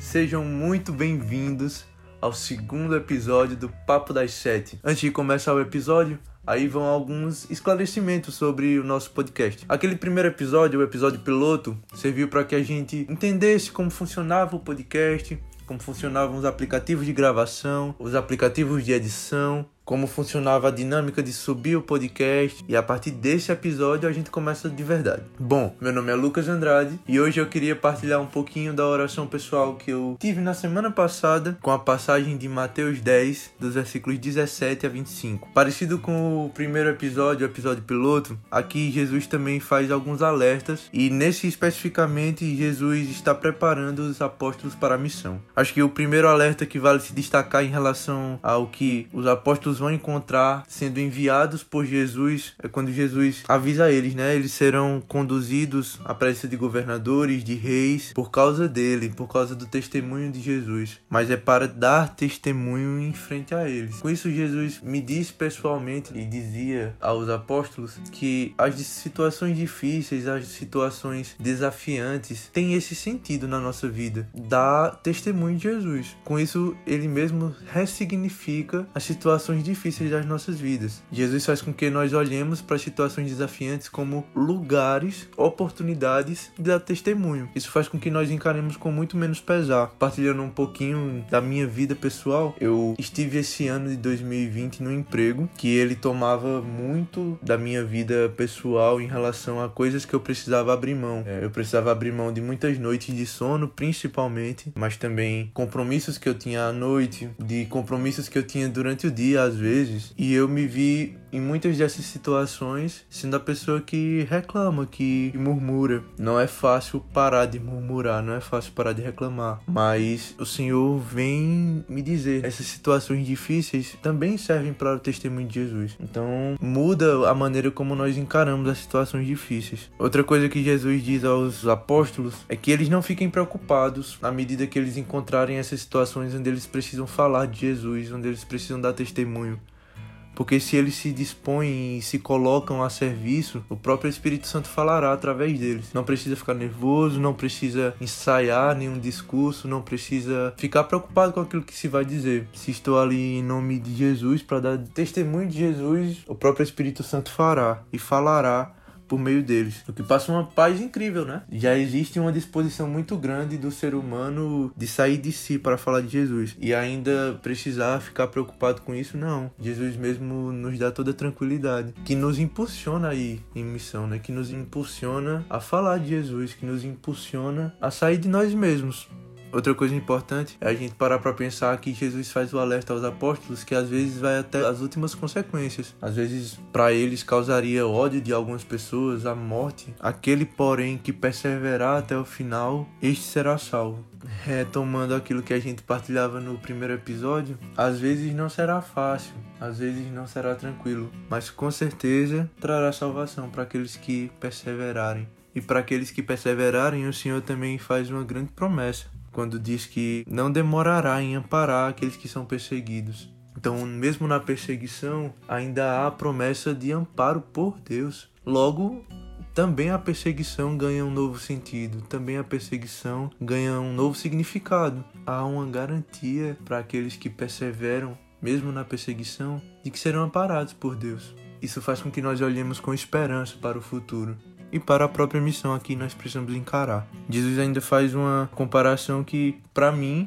Sejam muito bem-vindos ao segundo episódio do Papo das 7. Antes de começar o episódio, aí vão alguns esclarecimentos sobre o nosso podcast. Aquele primeiro episódio, o episódio piloto, serviu para que a gente entendesse como funcionava o podcast, como funcionavam os aplicativos de gravação, os aplicativos de edição, como funcionava a dinâmica de subir o podcast, e a partir desse episódio a gente começa de verdade. Bom, meu nome é Lucas Andrade e hoje eu queria partilhar um pouquinho da oração pessoal que eu tive na semana passada com a passagem de Mateus 10, dos versículos 17 a 25. Parecido com o primeiro episódio, o episódio piloto, aqui Jesus também faz alguns alertas e nesse especificamente Jesus está preparando os apóstolos para a missão. Acho que o primeiro alerta que vale se destacar em relação ao que os apóstolos vão encontrar sendo enviados por Jesus é quando Jesus avisa eles, eles serão conduzidos à presença de governadores, de reis, por causa dele, por causa do testemunho de Jesus, mas é para dar testemunho em frente a eles. Com isso Jesus me disse pessoalmente e dizia aos apóstolos que as situações difíceis, as situações desafiantes têm esse sentido na nossa vida, dar testemunho de Jesus. Com isso ele mesmo ressignifica as situações difíceis das nossas vidas. Jesus faz com que nós olhemos para as situações desafiantes como lugares, oportunidades de dar testemunho. Isso faz com que nós encaremos com muito menos pesar. Partilhando um pouquinho da minha vida pessoal, eu estive esse ano de 2020 num emprego que ele tomava muito da minha vida pessoal em relação a coisas que eu precisava abrir mão. Eu precisava abrir mão de muitas noites de sono, principalmente, mas também compromissos que eu tinha à noite, de compromissos que eu tinha durante o dia, às vezes, e eu me vi em muitas dessas situações sendo a pessoa que reclama, que murmura. Não é fácil parar de murmurar, não é fácil parar de reclamar, mas o Senhor vem me dizer, essas situações difíceis também servem para o testemunho de Jesus. Então muda a maneira como nós encaramos as situações difíceis. Outra coisa que Jesus diz aos apóstolos é que eles não fiquem preocupados à medida que eles encontrarem essas situações onde eles precisam falar de Jesus, onde eles precisam dar testemunho. Porque se eles se dispõem e se colocam a serviço, o próprio Espírito Santo falará através deles. Não precisa ficar nervoso, não precisa ensaiar nenhum discurso, não precisa ficar preocupado com aquilo que se vai dizer. Se estou ali em nome de Jesus para dar testemunho de Jesus, o próprio Espírito Santo fará e falará por meio deles, o que passa uma paz incrível, Já existe uma disposição muito grande do ser humano de sair de si para falar de Jesus e ainda precisar ficar preocupado com isso, não. Jesus mesmo nos dá toda a tranquilidade, que nos impulsiona a ir em missão, que nos impulsiona a falar de Jesus, que nos impulsiona a sair de nós mesmos. Outra coisa importante é a gente parar para pensar que Jesus faz o alerta aos apóstolos que às vezes vai até as últimas consequências. Às vezes para eles causaria ódio de algumas pessoas, a morte. Aquele, porém, que perseverar até o final, este será salvo. Retomando aquilo que a gente partilhava no primeiro episódio, às vezes não será fácil, às vezes não será tranquilo, mas com certeza trará salvação para aqueles que perseverarem. E para aqueles que perseverarem, o Senhor também faz uma grande promessa, quando diz que não demorará em amparar aqueles que são perseguidos. Então, mesmo na perseguição, ainda há a promessa de amparo por Deus. Logo, também a perseguição ganha um novo sentido, também a perseguição ganha um novo significado. Há uma garantia para aqueles que perseveram, mesmo na perseguição, de que serão amparados por Deus. Isso faz com que nós olhemos com esperança para o futuro e para a própria missão aqui nós precisamos encarar. Jesus ainda faz uma comparação que, para mim,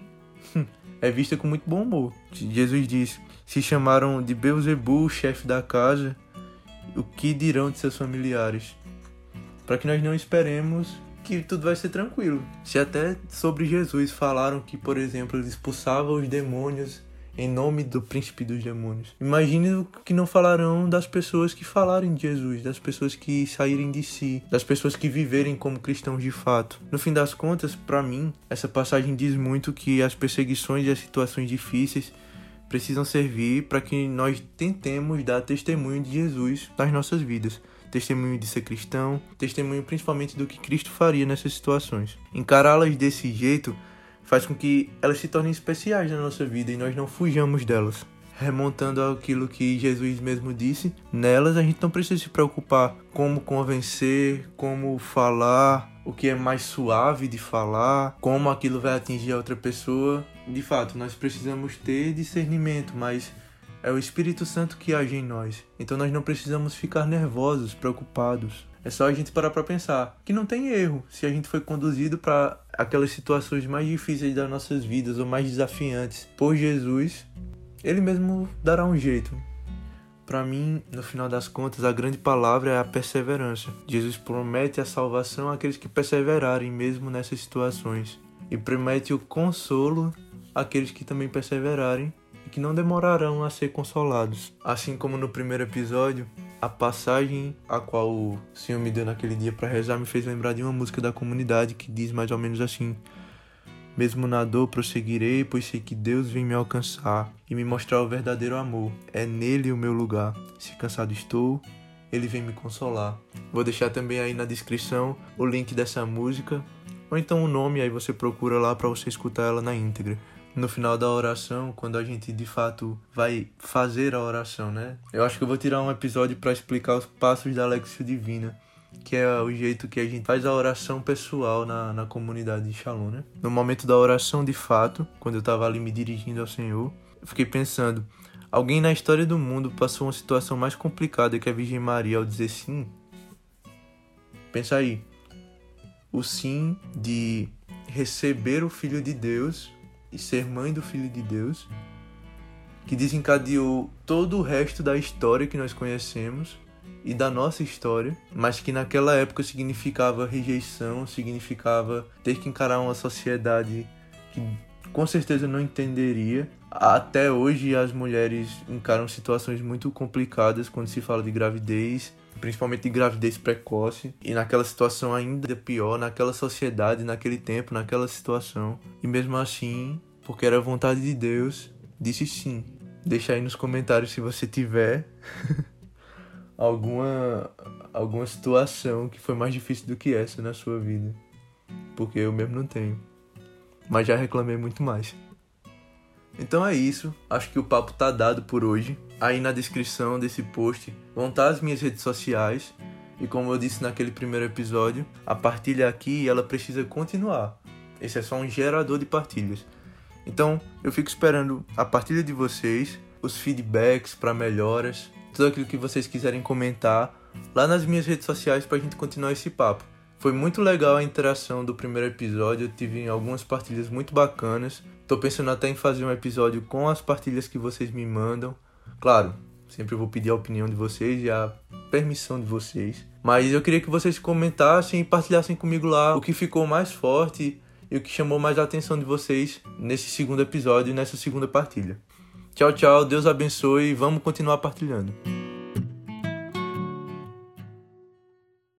é vista com muito bom humor. Jesus diz: se chamaram de Beelzebul, chefe da casa, o que dirão de seus familiares? Para que nós não esperemos que tudo vai ser tranquilo. Se até sobre Jesus falaram que, por exemplo, ele expulsava os demônios em nome do príncipe dos demônios, imagine o que não falarão das pessoas que falarem de Jesus, das pessoas que saírem de si, das pessoas que viverem como cristãos de fato. No fim das contas, para mim, essa passagem diz muito que as perseguições e as situações difíceis precisam servir para que nós tentemos dar testemunho de Jesus nas nossas vidas. Testemunho de ser cristão, testemunho principalmente do que Cristo faria nessas situações. Encará-las desse jeito faz com que elas se tornem especiais na nossa vida e nós não fujamos delas. Remontando àquilo que Jesus mesmo disse, nelas a gente não precisa se preocupar como convencer, como falar, o que é mais suave de falar, como aquilo vai atingir a outra pessoa. De fato, nós precisamos ter discernimento, mas é o Espírito Santo que age em nós. Então nós não precisamos ficar nervosos, preocupados. É só a gente parar para pensar que não tem erro se a gente foi conduzido para aquelas situações mais difíceis das nossas vidas ou mais desafiantes por Jesus. Ele mesmo dará um jeito. Para mim, no final das contas, a grande palavra é a perseverança. Jesus promete a salvação àqueles que perseverarem mesmo nessas situações. E promete o consolo àqueles que também perseverarem e que não demorarão a ser consolados. Assim como no primeiro episódio, a passagem a qual o Senhor me deu naquele dia para rezar me fez lembrar de uma música da comunidade que diz mais ou menos assim: mesmo na dor prosseguirei, pois sei que Deus vem me alcançar e me mostrar o verdadeiro amor. É nele o meu lugar. Se cansado estou, ele vem me consolar. Vou deixar também aí na descrição o link dessa música, ou então o nome, aí você procura lá para você escutar ela na íntegra. No final da oração, quando a gente de fato vai fazer a oração, né? Eu acho que eu vou tirar um episódio para explicar os passos da Lexio Divina, que é o jeito que a gente faz a oração pessoal na comunidade de Shalom, né? No momento da oração, de fato, quando eu estava ali me dirigindo ao Senhor, eu fiquei pensando, alguém na história do mundo passou uma situação mais complicada que a Virgem Maria ao dizer sim? Pensa aí, o sim de receber o Filho de Deus e ser mãe do Filho de Deus, que desencadeou todo o resto da história que nós conhecemos e da nossa história, mas que naquela época significava rejeição, significava ter que encarar uma sociedade que com certeza não entenderia. Até hoje as mulheres encaram situações muito complicadas quando se fala de gravidez, principalmente de gravidez precoce, e naquela situação ainda pior, naquela sociedade, naquele tempo, naquela situação. E mesmo assim, porque era a vontade de Deus, disse sim. Deixa aí nos comentários se você tiver alguma situação que foi mais difícil do que essa na sua vida, porque eu mesmo não tenho, mas já reclamei muito mais. Então é isso, acho que o papo tá dado por hoje. Aí na descrição desse post vão estar as minhas redes sociais, e como eu disse naquele primeiro episódio, a partilha aqui ela precisa continuar. Esse é só um gerador de partilhas. Então eu fico esperando a partilha de vocês, os feedbacks para melhoras, tudo aquilo que vocês quiserem comentar lá nas minhas redes sociais pra gente continuar esse papo. Foi muito legal a interação do primeiro episódio, eu tive algumas partilhas muito bacanas. Tô pensando até em fazer um episódio com as partilhas que vocês me mandam. Claro, sempre vou pedir a opinião de vocês e a permissão de vocês. Mas eu queria que vocês comentassem e partilhassem comigo lá o que ficou mais forte e o que chamou mais a atenção de vocês nesse segundo episódio e nessa segunda partilha. Tchau, tchau, Deus abençoe e vamos continuar partilhando.